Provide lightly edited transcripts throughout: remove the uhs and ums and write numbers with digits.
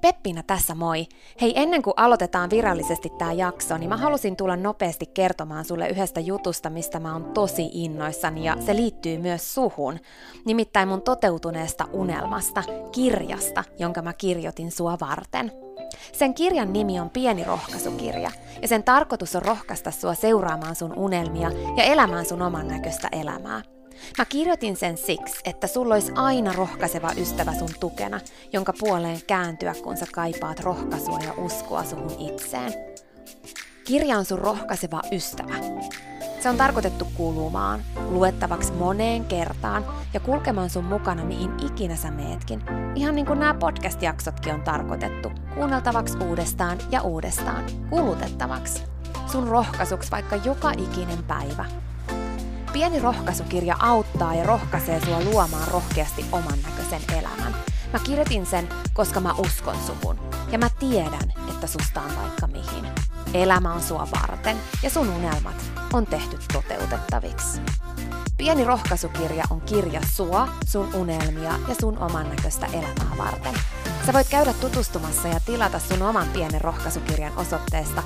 Peppiina tässä moi! Hei, ennen kuin aloitetaan virallisesti tää jakso, niin mä halusin tulla nopeasti kertomaan sulle yhdestä jutusta, mistä mä oon tosi innoissani, ja se liittyy myös suhun. Nimittäin mun toteutuneesta unelmasta, kirjasta, jonka mä kirjoitin sua varten. Sen kirjan nimi on Pieni rohkaisukirja, ja sen tarkoitus on rohkaista sua seuraamaan sun unelmia ja elämään sun oman näköistä elämää. Mä kirjoitin sen siksi, että sulla olisi aina rohkaiseva ystävä sun tukena, jonka puoleen kääntyä, kun sä kaipaat rohkaisua ja uskoa suhun itseen. Kirja on sun rohkaiseva ystävä. Se on tarkoitettu kuulumaan, luettavaksi moneen kertaan ja kulkemaan sun mukana mihin ikinä sä meetkin. Ihan niin kuin nämä podcast-jaksotkin on tarkoitettu, kuunneltavaksi uudestaan ja uudestaan, kulutettavaksi. Sun rohkaisuksi vaikka joka ikinen päivä. Pieni rohkaisukirja auttaa ja rohkaisee sua luomaan rohkeasti oman näköisen elämän. Mä kirjoitin sen, koska mä uskon suhun. Ja mä tiedän, että susta on vaikka mihin. Elämä on sua varten ja sun unelmat on tehty toteutettaviksi. Pieni rohkaisukirja on kirja sua, sun unelmia ja sun oman näköistä elämää varten. Sä voit käydä tutustumassa ja tilata sun oman pienen rohkaisukirjan osoitteesta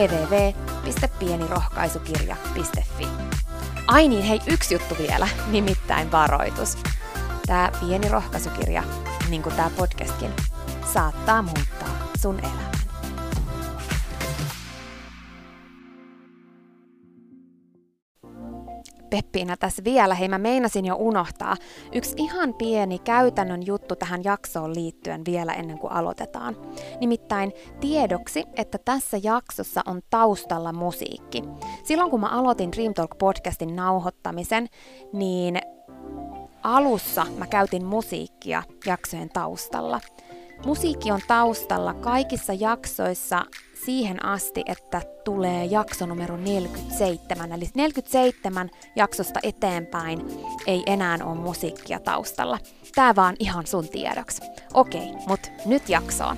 www.pienirohkaisukirja.fi. Ai niin, hei, yksi juttu vielä, nimittäin varoitus. Tää pieni rohkaisukirja, niin kuin tää podcastkin, saattaa muuttaa sun elämän. Peppiina tässä vielä, hei mä meinasin jo unohtaa. Yksi ihan pieni käytännön juttu tähän jaksoon liittyen vielä ennen kuin aloitetaan. Nimittäin tiedoksi, että tässä jaksossa on taustalla musiikki. Silloin kun mä aloitin Dream Talk-podcastin nauhoittamisen, niin alussa mä käytin musiikkia jaksojen taustalla. Musiikki on taustalla kaikissa jaksoissa siihen asti, että tulee jakso numero 47. Eli 47 jaksosta eteenpäin ei enää ole musiikkia taustalla. Tää vaan ihan sun tiedoksi. Okei, mut nyt jaksoon.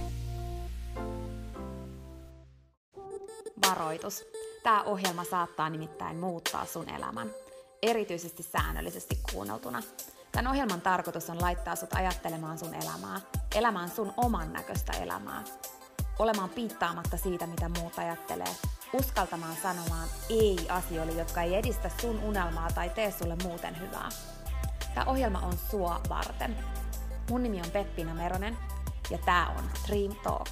Varoitus. Tää ohjelma saattaa nimittäin muuttaa sun elämän. Erityisesti säännöllisesti kuunneltuna. Tämän ohjelman tarkoitus on laittaa sut ajattelemaan sun elämää. Elämään sun oman näköistä elämää. Olemaan piittaamatta siitä, mitä muut ajattelee. Uskaltamaan sanomaan ei asioille, jotka ei edistä sun unelmaa tai tee sulle muuten hyvää. Tämä ohjelma on sua varten. Mun nimi on Peppiina Meronen ja tää on Dream Talk.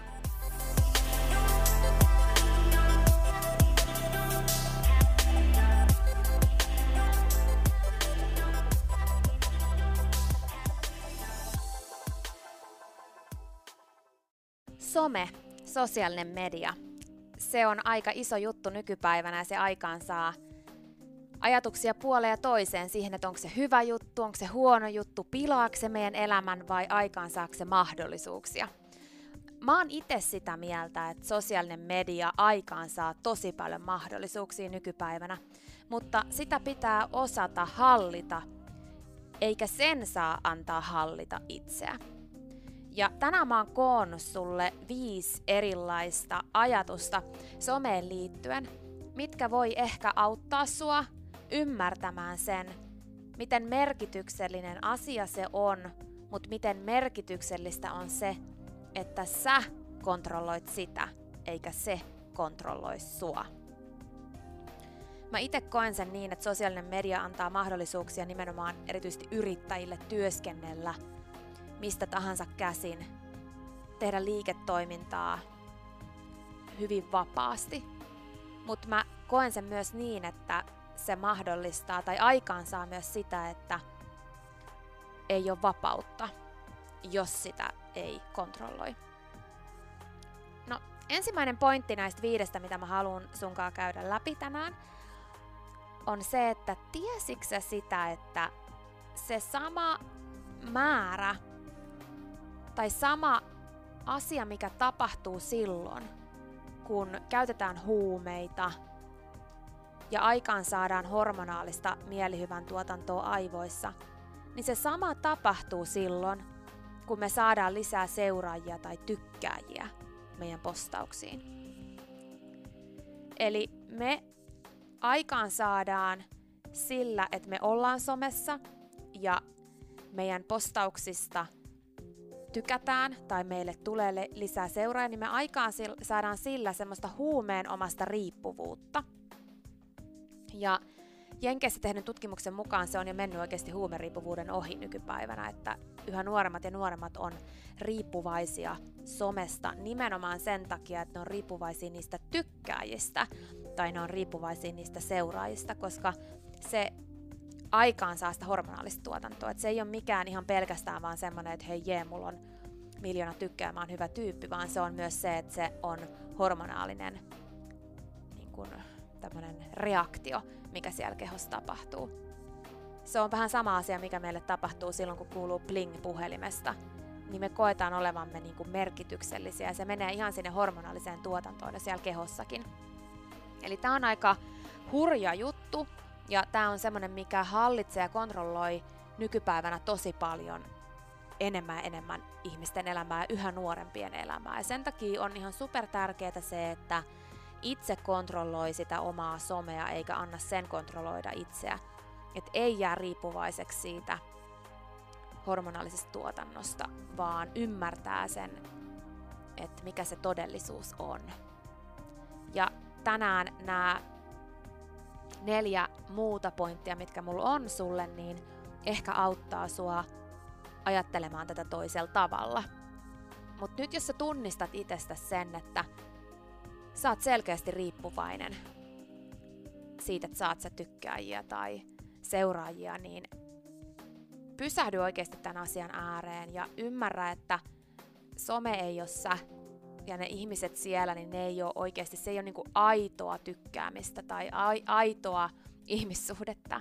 Some, sosiaalinen media, se on aika iso juttu nykypäivänä ja se aikaansaa ajatuksia puoleen ja toiseen siihen, että onko se hyvä juttu, onko se huono juttu, pilaako se meidän elämän vai aikaansaako se mahdollisuuksia. Mä oon itse sitä mieltä, että sosiaalinen media aikaansaa tosi paljon mahdollisuuksia nykypäivänä, mutta sitä pitää osata hallita, eikä sen saa antaa hallita itseä. Ja tänään mä oon koonnut sulle 5 erilaista ajatusta someen liittyen, mitkä voi ehkä auttaa sua ymmärtämään sen, miten merkityksellinen asia se on, mutta miten merkityksellistä on se, että sä kontrolloit sitä, eikä se kontrolloi sua. Mä itse koen sen niin, että sosiaalinen media antaa mahdollisuuksia nimenomaan erityisesti yrittäjille työskennellä mistä tahansa käsin, tehdä liiketoimintaa hyvin vapaasti. Mutta mä koen sen myös niin, että se mahdollistaa tai aikaansaa myös sitä, että ei ole vapautta, jos sitä ei kontrolloi. No, ensimmäinen pointti näistä 5, mitä mä haluan sunkaan käydä läpi tänään, on se, että tiesitkö sä sitä, että se sama määrä tai sama asia, mikä tapahtuu silloin, kun käytetään huumeita ja aikaan saadaan hormonaalista mielihyvän tuotantoa aivoissa, niin se sama tapahtuu silloin, kun me saadaan lisää seuraajia tai tykkääjiä meidän postauksiin. Eli me aikaan saadaan sillä, että me ollaan somessa ja meidän postauksista tykätään tai meille tulee lisää seuraajia, niin me saadaan sillä semmoista huumeenomaista riippuvuutta. Ja Jenkeissä tehdyn tutkimuksen mukaan se on jo mennyt oikeasti huumeriippuvuuden ohi nykypäivänä, että yhä nuoremmat ja nuoremmat on riippuvaisia somesta nimenomaan sen takia, että ne on riippuvaisia niistä tykkääjistä tai ne on riippuvaisia niistä seuraajista, koska se aikaan saa sitä hormonaalista tuotantoa. Et se ei ole mikään ihan pelkästään vaan semmoinen, että hei mulla on 1 miljoona tykkää, mä oon hyvä tyyppi, vaan se on myös se, että se on hormonaalinen niin kun, tämmöinen reaktio, mikä siellä kehossa tapahtuu. Se on vähän sama asia, mikä meille tapahtuu silloin, kun kuuluu bling puhelimesta. Niin me koetaan olevamme niin kuin merkityksellisiä ja se menee ihan sinne hormonaaliseen tuotantoon ja siellä kehossakin. Eli tää on aika hurja juttu ja tää on semmonen, mikä hallitsee ja kontrolloi nykypäivänä tosi paljon enemmän ihmisten elämää ja yhä nuorempien elämää. Ja sen takia on ihan super tärkeää se, että itse kontrolloi sitä omaa somea eikä anna sen kontrolloida itseä. Että ei jää riippuvaiseksi siitä hormonaalisesta tuotannosta, vaan ymmärtää sen, että mikä se todellisuus on. Ja tänään nämä 4 muuta pointtia, mitkä mulla on sulle, niin ehkä auttaa sua ajattelemaan tätä toisella tavalla. Mutta nyt jos sä tunnistat itsestä sen, että sä oot selkeästi riippuvainen siitä, että saat sä tykkääjiä tai seuraajia, niin pysähdy oikeasti tämän asian ääreen ja ymmärrä, että some ei ole sä ja ne ihmiset siellä, niin ne ei ole oikeasti, se ei ole niinku aitoa tykkäämistä tai aitoa ihmissuhdetta.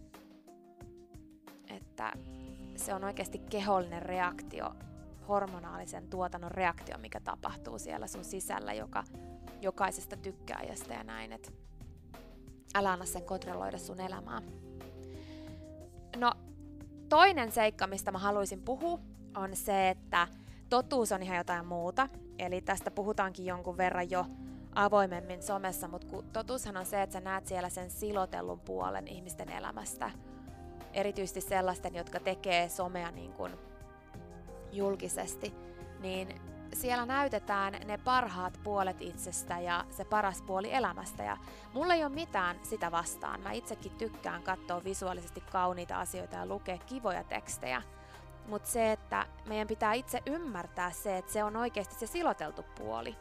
Että se on oikeasti kehollinen reaktio, hormonaalisen tuotannon reaktio, mikä tapahtuu siellä sun sisällä, jokaisesta tykkääjästä ja näin, että älä anna sen kontrolloida sun elämää. No, toinen seikka, mistä mä haluaisin puhua, on se, että totuus on ihan jotain muuta. Eli tästä puhutaankin jonkun verran jo avoimemmin somessa, mutta totuushan on se, että sä näet siellä sen silotellun puolen ihmisten elämästä. Erityisesti sellaisten, jotka tekee somea niin kuin julkisesti, niin siellä näytetään ne parhaat puolet itsestä ja se paras puoli elämästä. Ja mulla ei ole mitään sitä vastaan. Mä itsekin tykkään katsoa visuaalisesti kauniita asioita ja lukea kivoja tekstejä. Mutta se, että meidän pitää itse ymmärtää se, että se on oikeasti se siloteltu puoli.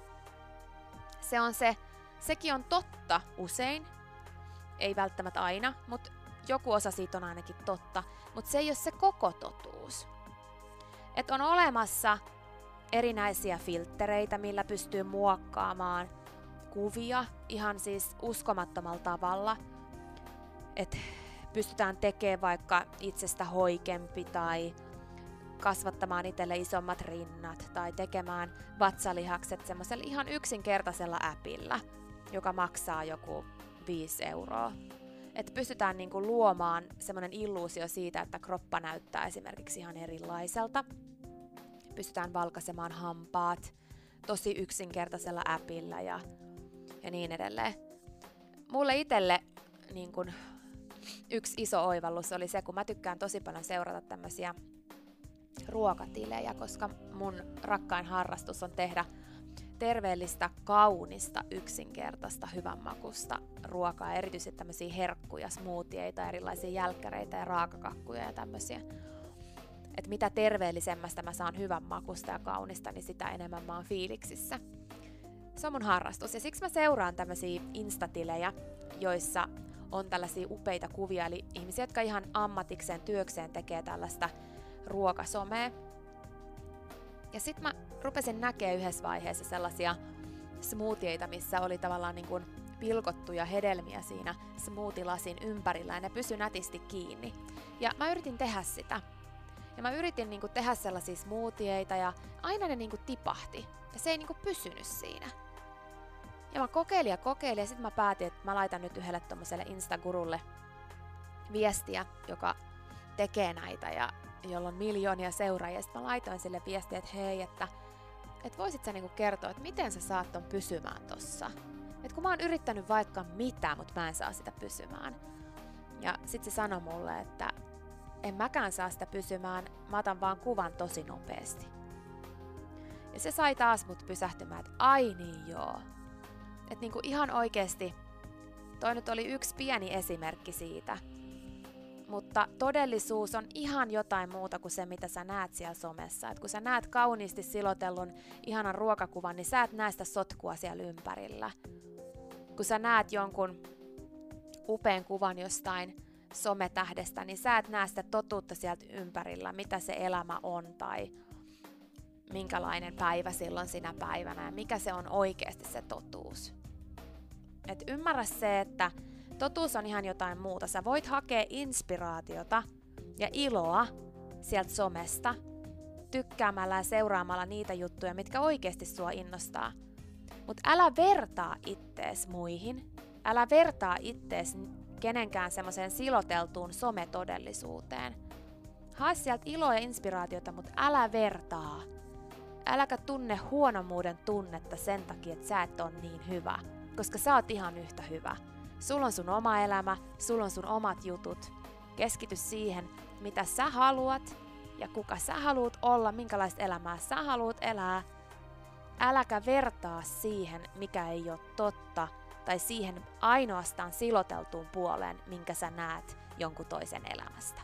Sekin on totta usein, ei välttämättä aina, mutta joku osa siitä on ainakin totta, mutta se ei ole se koko totuus. Että on olemassa erinäisiä filttereitä, millä pystyy muokkaamaan kuvia ihan siis uskomattomalla tavalla. Että pystytään tekemään vaikka itsestä hoikempi tai kasvattamaan itselle isommat rinnat tai tekemään vatsalihakset semmoisella ihan yksinkertaisella appilla, joka maksaa joku 5 €. Että pystytään niinku luomaan semmoinen illuusio siitä, että kroppa näyttää esimerkiksi ihan erilaiselta. Pystytään valkaisemaan hampaat tosi yksinkertaisella appilla ja niin edelleen. Mulle itselle niin kun, yksi iso oivallus oli se, kun mä tykkään tosi paljon seurata tämmöisiä ruokatilejä, koska mun rakkain harrastus on tehdä terveellistä, kaunista, yksinkertaista, hyvänmakuista ruokaa, erityisesti tämmöisiä herkkuja, smoothieita, erilaisia jälkkäreitä ja raakakakkuja ja tämmöisiä. Että mitä terveellisemmästä mä saan hyvän makusta ja kaunista, niin sitä enemmän mä oon fiiliksissä. Se on mun harrastus ja siksi mä seuraan tämmöisiä instatilejä, joissa on tällaisia upeita kuvia, eli ihmisiä, jotka ihan ammatikseen, työkseen tekee tällaista ruokasomea. Ja sit mä rupesin näkemään yhdessä vaiheessa sellaisia smoothieita, missä oli tavallaan niin kuin pilkottuja hedelmiä siinä smoothie-lasin ympärillä ja ne pysyi nätisti kiinni. Ja mä yritin tehdä sitä. Ja mä yritin niin kuin tehdä sellaisia smoothieita ja aina ne niin kuin tipahti. Ja se ei niin kuin pysynyt siinä. Ja mä kokeilin ja sit mä päätin, että mä laitan nyt yhdelle tommoselle Instagurulle viestiä, joka tekee näitä ja jolla on miljoonia seuraajia. Sitten mä laitoin sille viestiä, että hei, että voisit sä niinku kertoa, että miten sä saat ton pysymään tossa. Et kun mä oon yrittänyt vaikka mitä, mutta mä en saa sitä pysymään. Ja sit se sanoi mulle, että en mäkään saa sitä pysymään, mä otan vaan kuvan tosi nopeasti. Ja se sai taas mut pysähtymään, että ai niin joo. Että niinku ihan oikeesti, toi nyt oli yksi pieni esimerkki siitä. Mutta todellisuus on ihan jotain muuta kuin se, mitä sä näet siellä somessa. Et kun sä näet kauniisti silotellun ihanan ruokakuvan, niin sä et näe sitä sotkua siellä ympärillä. Kun sä näet jonkun upean kuvan jostain sometähdestä, niin sä et näe sitä totuutta sieltä ympärillä, mitä se elämä on tai minkälainen päivä silloin sinä päivänä ja mikä se on oikeasti se totuus. Et ymmärrä se, että totuus on ihan jotain muuta. Sä voit hakea inspiraatiota ja iloa sieltä somesta tykkäämällä ja seuraamalla niitä juttuja, mitkä oikeasti sua innostaa. Mutta älä vertaa ittees muihin. Älä vertaa ittees kenenkään semmoiseen siloteltuun sometodellisuuteen. Hae sieltä iloa ja inspiraatiota, mutta älä vertaa. Äläkä tunne huonomuuden tunnetta sen takia, että sä et ole niin hyvä, koska sä oot ihan yhtä hyvä. Sulla on sun oma elämä, sulla on sun omat jutut. Keskity siihen, mitä sä haluat ja kuka sä haluat olla, minkälaista elämää sä haluat elää. Äläkä vertaa siihen, mikä ei ole totta, tai siihen ainoastaan siloteltuun puoleen, minkä sä näet jonkun toisen elämästä.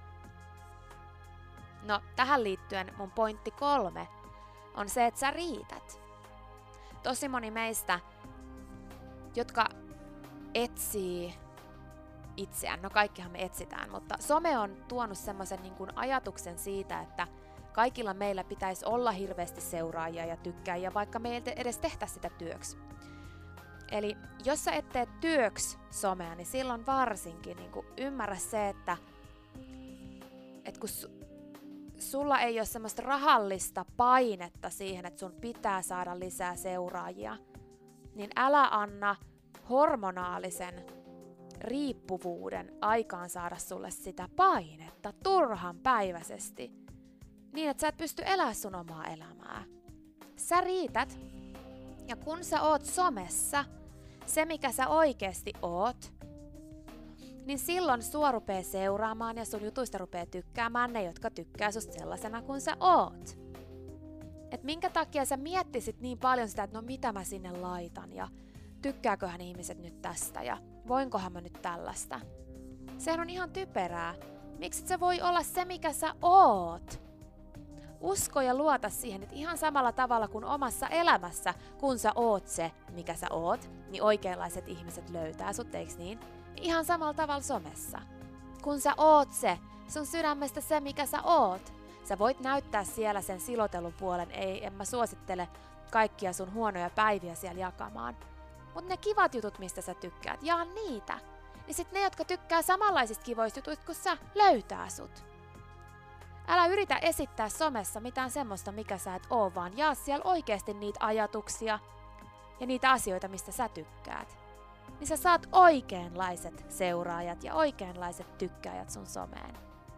No, tähän liittyen mun pointti 3 on se, että sä riität. Tosi moni meistä, jotka etsii itseään, no kaikkihan me etsitään, mutta some on tuonut semmoisen niin kuin ajatuksen siitä, että kaikilla meillä pitäisi olla hirveästi seuraajia ja tykkäjiä, vaikka me ei edes tehtäisi sitä työksi. Eli jos sä et tee työksi somea, niin silloin varsinkin niin kuin ymmärrä se, että kun sulla ei ole semmoista rahallista painetta siihen, että sun pitää saada lisää seuraajia, niin älä anna hormonaalisen riippuvuuden aikaan saada sulle sitä painetta turhan päiväisesti, niin että sä et pysty elämään sun omaa elämää. Sä riität, ja kun sä oot somessa, se mikä sä oikeesti oot, niin silloin sua rupee seuraamaan ja sun jutuista rupee tykkäämään ne, jotka tykkää susta sellaisena kuin sä oot. Et minkä takia sä miettisit niin paljon sitä, että no mitä mä sinne laitan ja tykkääköhän ihmiset nyt tästä ja voinkohan mä nyt tällaista. Sehän on ihan typerää. Miksi et sä voi olla se, mikä sä oot? Usko ja luota siihen, että ihan samalla tavalla kuin omassa elämässä, kun sä oot se, mikä sä oot, niin oikeanlaiset ihmiset löytää sut, eiks niin? Ihan samalla tavalla somessa. Kun sä oot se, sun sydämestä se, mikä sä oot. Sä voit näyttää siellä sen silotelun puolen, en mä suosittele kaikkia sun huonoja päiviä siellä jakamaan. Mut ne kivat jutut, mistä sä tykkäät, jaa niitä. Niin sit ne, jotka tykkää samanlaisista kivoista jutuista kuin sä, löytää sut. Älä yritä esittää somessa mitään semmoista, mikä sä et oo, vaan jaa siellä oikeesti niitä ajatuksia ja niitä asioita, mistä sä tykkäät. Niin sä saat oikeanlaiset seuraajat ja oikeanlaiset tykkäjät sun someen.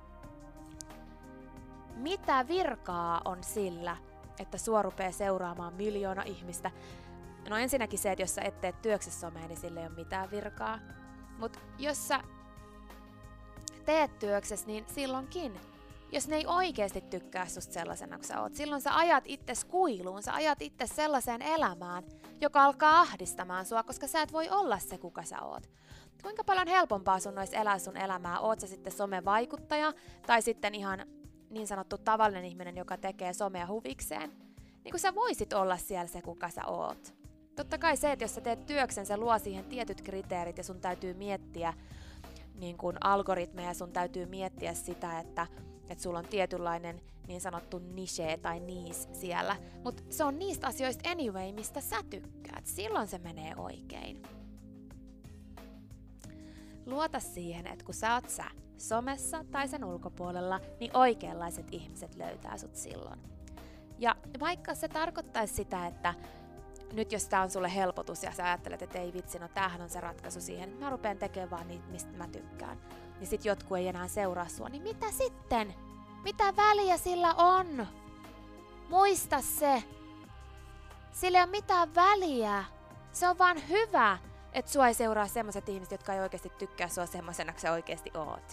Mitä virkaa on sillä, että sua rupee seuraamaan 1 miljoona ihmistä? No ensinnäkin se, että jos sä et tee työksessä someen, niin sillä ei ole mitään virkaa. Mut jos sä teet työksessä, niin silloinkin. Jos ne ei oikeasti tykkää susta sellaisena kuin sä oot, silloin sä ajat itses kuiluun, sä ajat itses sellaiseen elämään, joka alkaa ahdistamaan sua, koska sä et voi olla se, kuka sä oot. Kuinka paljon helpompaa sun olisi elää sun elämää, oot sä sitten somevaikuttaja tai sitten ihan niin sanottu tavallinen ihminen, joka tekee somea huvikseen, niin kun sä voisit olla siellä se, kuka sä oot. Totta kai se, että jos sä teet työksen, se luo siihen tietyt kriteerit ja sun täytyy miettiä niin kuin algoritmeja, sun täytyy miettiä sitä, että sulla on tietynlainen niin sanottu niche tai niche siellä. Mutta se on niistä asioista anyway, mistä sä tykkäät. Silloin se menee oikein. Luota siihen, että kun sä oot sä somessa tai sen ulkopuolella, niin oikeanlaiset ihmiset löytää sut silloin. Ja vaikka se tarkoittaisi sitä, että nyt jos tää on sulle helpotus ja sä ajattelet, että ei vitsi, no tämähän on se ratkaisu siihen, mä rupean tekemään vaan niitä, mistä mä tykkään. Niin sit jotkut ei enää seuraa sua, niin mitä sitten? Mitä väliä sillä on? Muista se. Sillä ei ole mitään väliä. Se on vaan hyvä, että sua ei seuraa semmoset ihmiset, jotka ei oikeasti tykkää sua semmosena, kun sä oikeasti oot.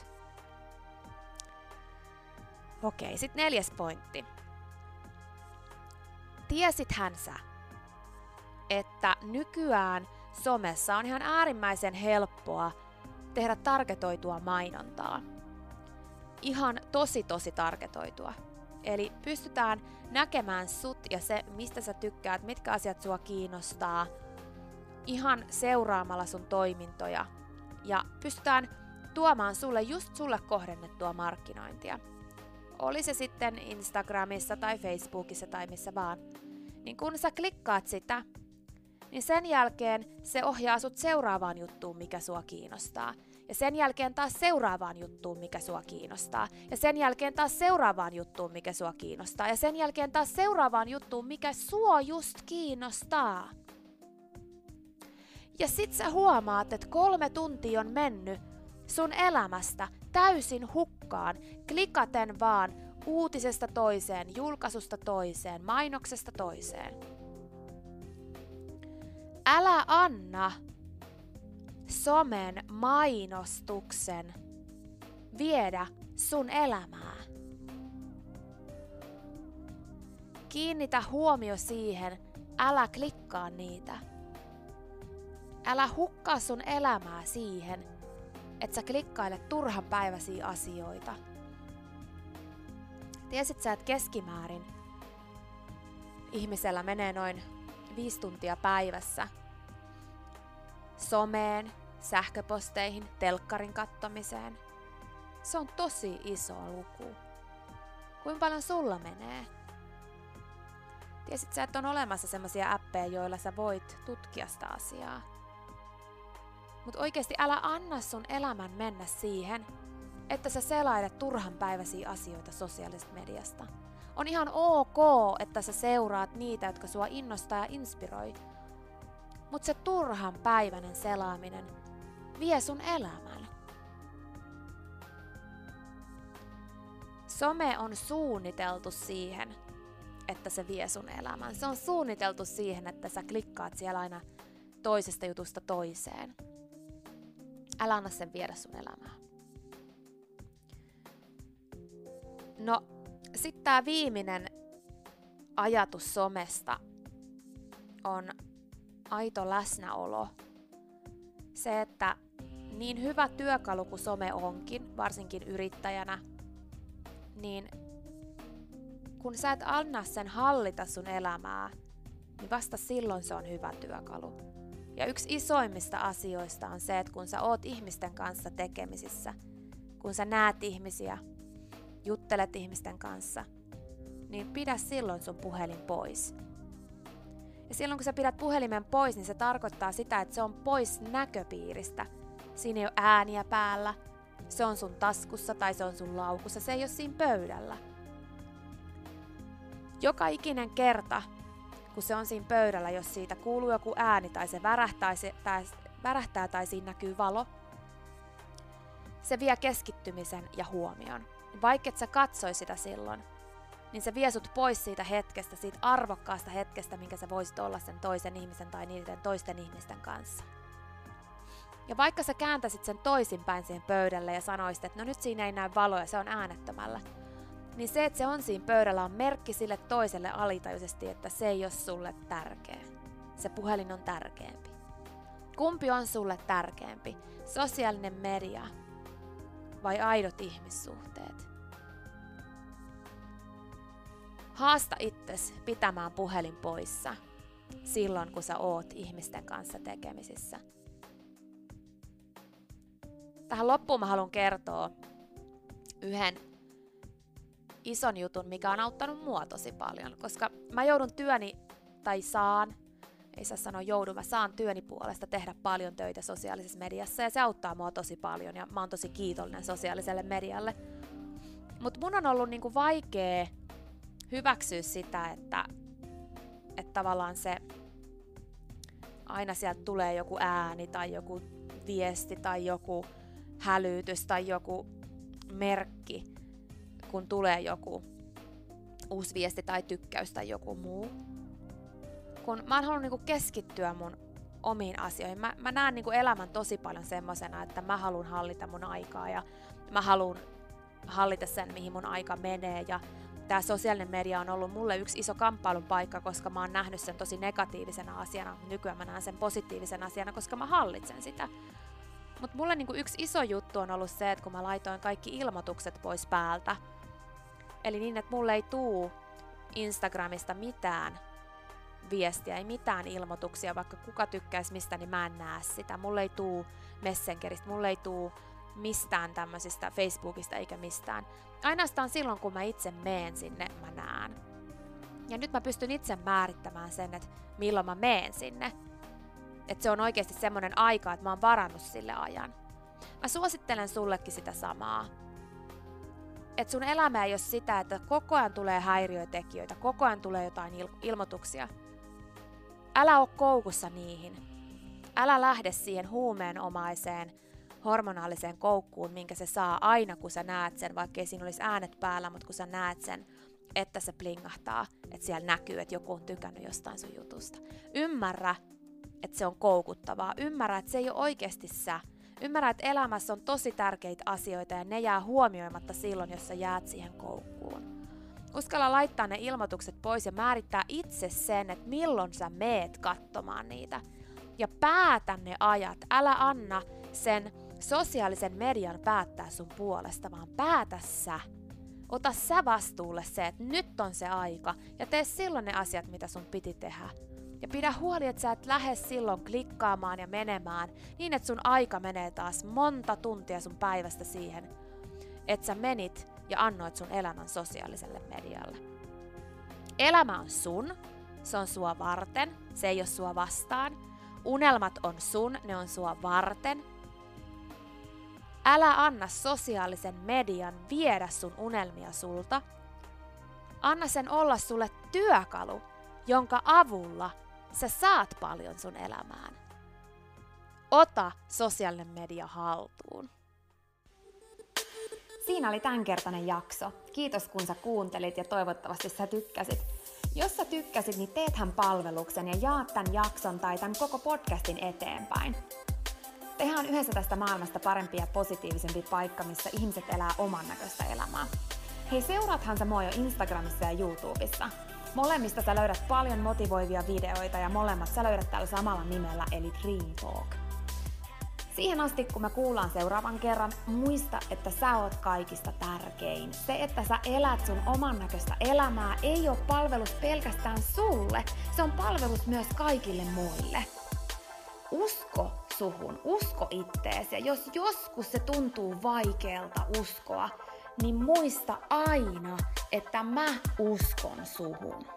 Okei, sit 4. pointti. Tiesithän sä, että nykyään somessa on ihan äärimmäisen helppoa tehdä targetoitua mainontaa. Ihan tosi targetoitua. Eli pystytään näkemään sut ja se, mistä sä tykkäät, mitkä asiat sua kiinnostaa, ihan seuraamalla sun toimintoja. Ja pystytään tuomaan just sulle kohdennettua markkinointia. Oli se sitten Instagramissa tai Facebookissa tai missä vaan. Niin kun sä klikkaat sitä, niin sen jälkeen se ohjaa sut seuraavaan juttuun, mikä sua kiinnostaa. Ja sen jälkeen taas seuraavaan juttuun, mikä sua kiinnostaa. Ja sen jälkeen taas seuraavaan juttuun, mikä sua kiinnostaa. Ja sen jälkeen taas seuraavaan juttuun, mikä sua just kiinnostaa. Ja sit sä huomaat, että 3 tuntia on mennyt sun elämästä täysin hukkaan, klikaten vaan uutisesta toiseen, julkaisusta toiseen, mainoksesta toiseen. Älä anna somen mainostuksen viedä sun elämää. Kiinnitä huomio siihen, älä klikkaa niitä. Älä hukkaa sun elämää siihen, että sä klikkailet turhan päiväisiä asioita. Tiesit sä, että keskimäärin ihmisellä menee noin 5 tuntia päivässä someen, sähköposteihin, telkkarin kattomiseen. Se on tosi iso luku. Kuinka paljon sulla menee? Tiesit sä, että on olemassa sellaisia appeja, joilla sä voit tutkia sitä asiaa. Mutta oikeasti älä anna sun elämän mennä siihen, että sä selailet turhan päiväisiä asioita sosiaalisesta mediasta. On ihan ok, että sä seuraat niitä, jotka sua innostaa ja inspiroi. Mutta se turhan päiväinen selaaminen vie sun elämän. Some on suunniteltu siihen, että se vie sun elämän. Se on suunniteltu siihen, että sä klikkaat siellä aina toisesta jutusta toiseen. Älä anna sen viedä sun elämää. No, sitten tää viimeinen ajatus somesta on aito läsnäolo. Se, että niin hyvä työkalu kuin some onkin, varsinkin yrittäjänä, niin kun sä et anna sen hallita sun elämää, niin vasta silloin se on hyvä työkalu. Ja yksi isoimmista asioista on se, että kun sä oot ihmisten kanssa tekemisissä, kun sä näet ihmisiä, juttelet ihmisten kanssa, niin pidä silloin sun puhelin pois. Ja silloin kun sä pidät puhelimen pois, niin se tarkoittaa sitä, että se on pois näköpiiristä. Siinä ei ole ääniä päällä, se on sun taskussa tai se on sun laukussa, se ei ole siinä pöydällä. Joka ikinen kerta, kun se on siinä pöydällä, jos siitä kuuluu joku ääni tai se värähtää tai siinä näkyy valo, se vie keskittymisen ja huomion. Vaikka et sä katsoi sitä silloin, niin se vie sut pois siitä hetkestä, siitä arvokkaasta hetkestä, minkä sä voisit olla sen toisen ihmisen tai niiden toisten ihmisten kanssa. Ja vaikka sä kääntäisit sen toisinpäin siihen pöydälle ja sanoisit, että no nyt siinä ei näy valoja, se on äänettömällä, niin se, että se on siinä pöydällä, on merkki sille toiselle alitajuisesti, että se ei ole sulle tärkeä. Se puhelin on tärkeämpi. Kumpi on sulle tärkeämpi? Sosiaalinen media vai aidot ihmissuhteet? Haasta itsesi pitämään puhelin poissa silloin, kun sä oot ihmisten kanssa tekemisissä. Tähän loppuun mä haluan kertoa yhden ison jutun, mikä on auttanut mua tosi paljon, koska mä joudun ei saa sanoa joudu, mä saan työni puolesta tehdä paljon töitä sosiaalisessa mediassa ja se auttaa mua tosi paljon ja mä oon tosi kiitollinen sosiaaliselle medialle. Mut mun on ollut niinku vaikea hyväksyä sitä, että tavallaan se aina sieltä tulee joku ääni tai joku viesti tai joku hälytys tai joku merkki, kun tulee joku uusi viesti tai tykkäys tai joku muu. Kun mä oon halunnut niinku keskittyä mun omiin asioihin. Mä näen niinku elämän tosi paljon semmosena, että mä haluan hallita mun aikaa ja mä haluan hallita sen, mihin mun aika menee ja tämä sosiaalinen media on ollut mulle yksi iso kamppailun paikka, koska mä oon nähnyt sen tosi negatiivisena asiana. Nykyään mä näen sen positiivisena asiana, koska mä hallitsen sitä. Mutta mulle niinku yksi iso juttu on ollut se, että kun mä laitoin kaikki ilmoitukset pois päältä, eli niin, että mulle ei tuu Instagramista mitään viestiä, ei mitään ilmoituksia, vaikka kuka tykkäisi mistä, niin mä en näe sitä. Mulle ei tuu Messengeristä, mulle ei tuu mistään tämmöisistä Facebookista eikä mistään. Ainoastaan silloin, kun mä itse meen sinne, mä näen. Ja nyt mä pystyn itse määrittämään sen, että milloin mä meen sinne. Että se on oikeasti semmoinen aika, että mä oon varannut sille ajan. Mä suosittelen sullekin sitä samaa. Että sun elämä ei ole sitä, että koko ajan tulee häiriötekijöitä, koko ajan tulee jotain ilmoituksia. Älä oo koukussa niihin. Älä lähde siihen huumeenomaiseen, hormonaaliseen koukkuun, minkä se saa aina, kun sä näet sen, vaikka ei siinä olisi äänet päällä, mutta kun sä näet sen, että se plingahtaa, että siellä näkyy, että joku on tykännyt jostain sun jutusta. Ymmärrä, että se on koukuttavaa. Ymmärrä, että se ei ole oikeasti sä. Ymmärrä, että elämässä on tosi tärkeitä asioita ja ne jää huomioimatta silloin, jos sä jäät siihen koukkuun. Uskalla laittaa ne ilmoitukset pois ja määrittää itse sen, että milloin sä meet katsomaan niitä. Ja päätä ne ajat. Älä anna sen sosiaalisen median päättää sun puolesta, vaan päätä sä. Ota sä vastuulle se, että nyt on se aika ja tee silloin ne asiat, mitä sun piti tehdä. Ja pidä huoli, että sä et lähde silloin klikkaamaan ja menemään niin, että sun aika menee taas monta tuntia sun päivästä siihen, että sä menit ja annoit sun elämän sosiaaliselle medialle. Elämä on sun, se on sua varten, se ei ole sua vastaan. Unelmat on sun, ne on sua varten. Älä anna sosiaalisen median viedä sun unelmia sulta. Anna sen olla sulle työkalu, jonka avulla sä saat paljon sun elämään. Ota sosiaalinen media haltuun. Siinä oli tämänkertainen jakso. Kiitos kun sä kuuntelit ja toivottavasti sä tykkäsit. Jos sä tykkäsit, niin teethän palveluksen ja jaat tämän jakson tai tämän koko podcastin eteenpäin. Tehdään yhdessä tästä maailmasta parempi ja positiivisempi paikka, missä ihmiset elää oman näköistä elämää. Hei, seuraathan sä mua jo Instagramissa ja YouTubessa. Molemmista sä löydät paljon motivoivia videoita ja molemmat sä löydät tällä samalla nimellä eli Dream Talk. Siihen asti, kun me kuullaan seuraavan kerran, muista, että sä oot kaikista tärkein. Se, että sä elät sun oman näköistä elämää, ei ole palvelus pelkästään sulle. Se on palvelus myös kaikille muille. Usko suhun, usko itteesi. Ja jos joskus se tuntuu vaikealta uskoa, niin muista aina, että mä uskon suhun.